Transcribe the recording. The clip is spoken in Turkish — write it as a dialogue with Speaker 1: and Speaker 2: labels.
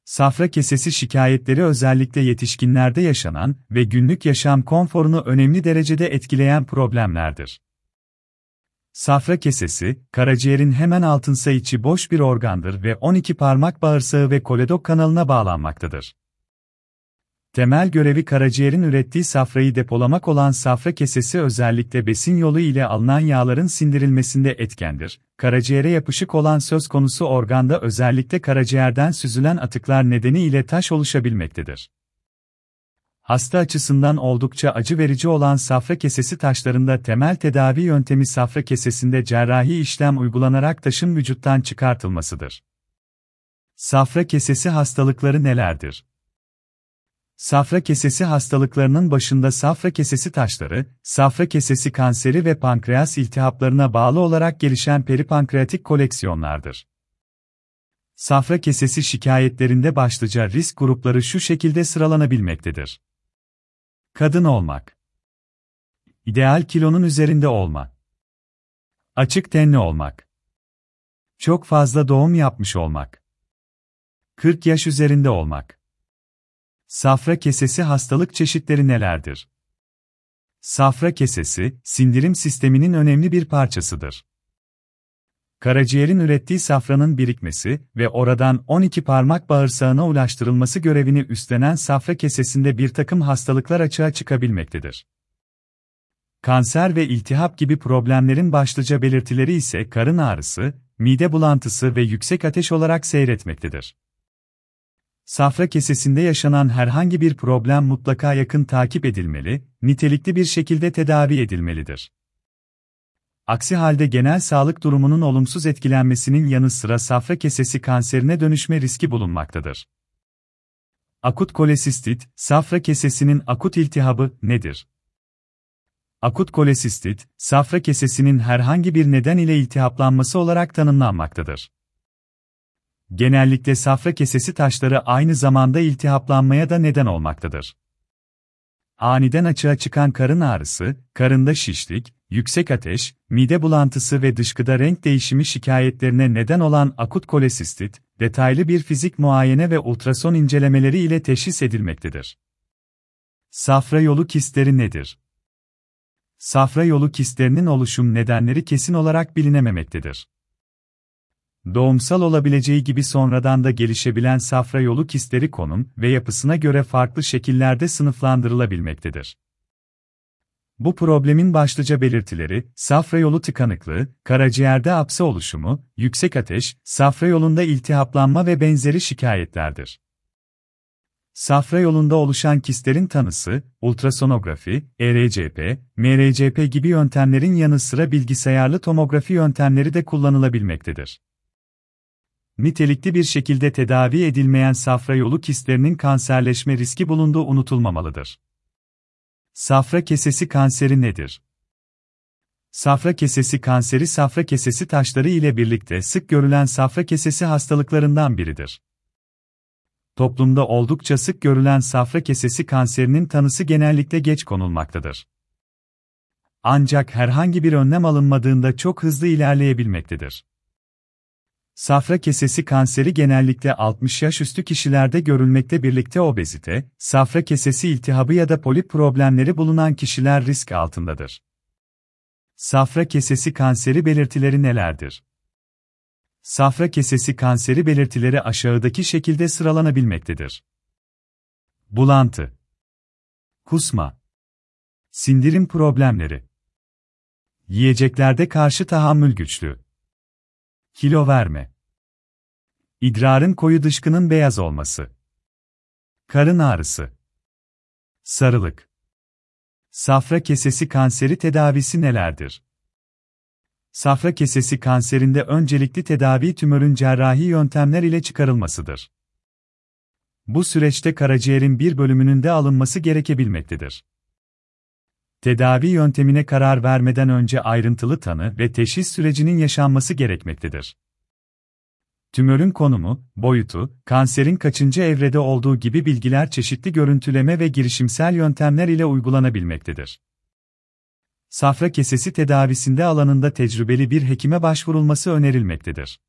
Speaker 1: Safra kesesi şikayetleri özellikle yetişkinlerde yaşanan ve günlük yaşam konforunu önemli derecede etkileyen problemlerdir. Safra kesesi, karaciğerin hemen altınsa içi boş bir organdır ve 12 parmak bağırsağı ve koledok kanalına bağlanmaktadır. Temel görevi karaciğerin ürettiği safrayı depolamak olan safra kesesi özellikle besin yolu ile alınan yağların sindirilmesinde etkendir. Karaciğere yapışık olan söz konusu organda özellikle karaciğerden süzülen atıklar nedeniyle taş oluşabilmektedir. Hasta açısından oldukça acı verici olan safra kesesi taşlarında temel tedavi yöntemi safra kesesinde cerrahi işlem uygulanarak taşın vücuttan çıkartılmasıdır. Safra kesesi hastalıkları nelerdir? Safra kesesi hastalıklarının başında safra kesesi taşları, safra kesesi kanseri ve pankreas iltihaplarına bağlı olarak gelişen peripankreatik koleksiyonlardır. Safra kesesi şikayetlerinde başlıca risk grupları şu şekilde sıralanabilmektedir. Kadın olmak. İdeal kilonun üzerinde olmak. Açık tenli olmak. Çok fazla doğum yapmış olmak. 40 yaş üzerinde olmak. Safra kesesi hastalık çeşitleri nelerdir? Safra kesesi, sindirim sisteminin önemli bir parçasıdır. Karaciğerin ürettiği safranın birikmesi ve oradan 12 parmak bağırsağına ulaştırılması görevini üstlenen safra kesesinde bir takım hastalıklar açığa çıkabilmektedir. Kanser ve iltihap gibi problemlerin başlıca belirtileri ise karın ağrısı, mide bulantısı ve yüksek ateş olarak seyretmektedir. Safra kesesinde yaşanan herhangi bir problem mutlaka yakın takip edilmeli, nitelikli bir şekilde tedavi edilmelidir. Aksi halde genel sağlık durumunun olumsuz etkilenmesinin yanı sıra safra kesesi kanserine dönüşme riski bulunmaktadır. Akut kolesistit, safra kesesinin akut iltihabı nedir? Akut kolesistit, safra kesesinin herhangi bir neden ile iltihaplanması olarak tanımlanmaktadır. Genellikle safra kesesi taşları aynı zamanda iltihaplanmaya da neden olmaktadır. Aniden açığa çıkan karın ağrısı, karında şişlik, yüksek ateş, mide bulantısı ve dışkıda renk değişimi şikayetlerine neden olan akut kolesistit, detaylı bir fizik muayene ve ultrason incelemeleri ile teşhis edilmektedir. Safra yolu kistleri nedir? Safra yolu kistlerinin oluşum nedenleri kesin olarak bilinememektedir. Doğumsal olabileceği gibi sonradan da gelişebilen safra yolu kistleri konum ve yapısına göre farklı şekillerde sınıflandırılabilmektedir. Bu problemin başlıca belirtileri, safra yolu tıkanıklığı, karaciğerde apse oluşumu, yüksek ateş, safra yolunda iltihaplanma ve benzeri şikayetlerdir. Safra yolunda oluşan kistlerin tanısı, ultrasonografi, ERCP, MRCP gibi yöntemlerin yanı sıra bilgisayarlı tomografi yöntemleri de kullanılabilmektedir. Nitelikli bir şekilde tedavi edilmeyen safra yolu kistlerinin kanserleşme riski bulunduğu unutulmamalıdır. Safra kesesi kanseri nedir? Safra kesesi kanseri safra kesesi taşları ile birlikte sık görülen safra kesesi hastalıklarından biridir. Toplumda oldukça sık görülen safra kesesi kanserinin tanısı genellikle geç konulmaktadır. Ancak herhangi bir önlem alınmadığında çok hızlı ilerleyebilmektedir. Safra kesesi kanseri genellikle 60 yaş üstü kişilerde görülmekle birlikte obezite, safra kesesi iltihabı ya da polip problemleri bulunan kişiler risk altındadır. Safra kesesi kanseri belirtileri nelerdir? Safra kesesi kanseri belirtileri aşağıdaki şekilde sıralanabilmektedir. Bulantı, kusma, sindirim problemleri, yiyeceklerde karşı tahammül güçlüğü, kilo verme, idrarın koyu dışkının beyaz olması, karın ağrısı, sarılık. Safra kesesi kanseri tedavisi nelerdir? Safra kesesi kanserinde öncelikli tedavi tümörün cerrahi yöntemler ile çıkarılmasıdır. Bu süreçte karaciğerin bir bölümünün de alınması gerekebilmektedir. Tedavi yöntemine karar vermeden önce ayrıntılı tanı ve teşhis sürecinin yaşanması gerekmektedir. Tümörün konumu, boyutu, kanserin kaçıncı evrede olduğu gibi bilgiler çeşitli görüntüleme ve girişimsel yöntemler ile uygulanabilmektedir. Safra kesesi tedavisinde alanında tecrübeli bir hekime başvurulması önerilmektedir.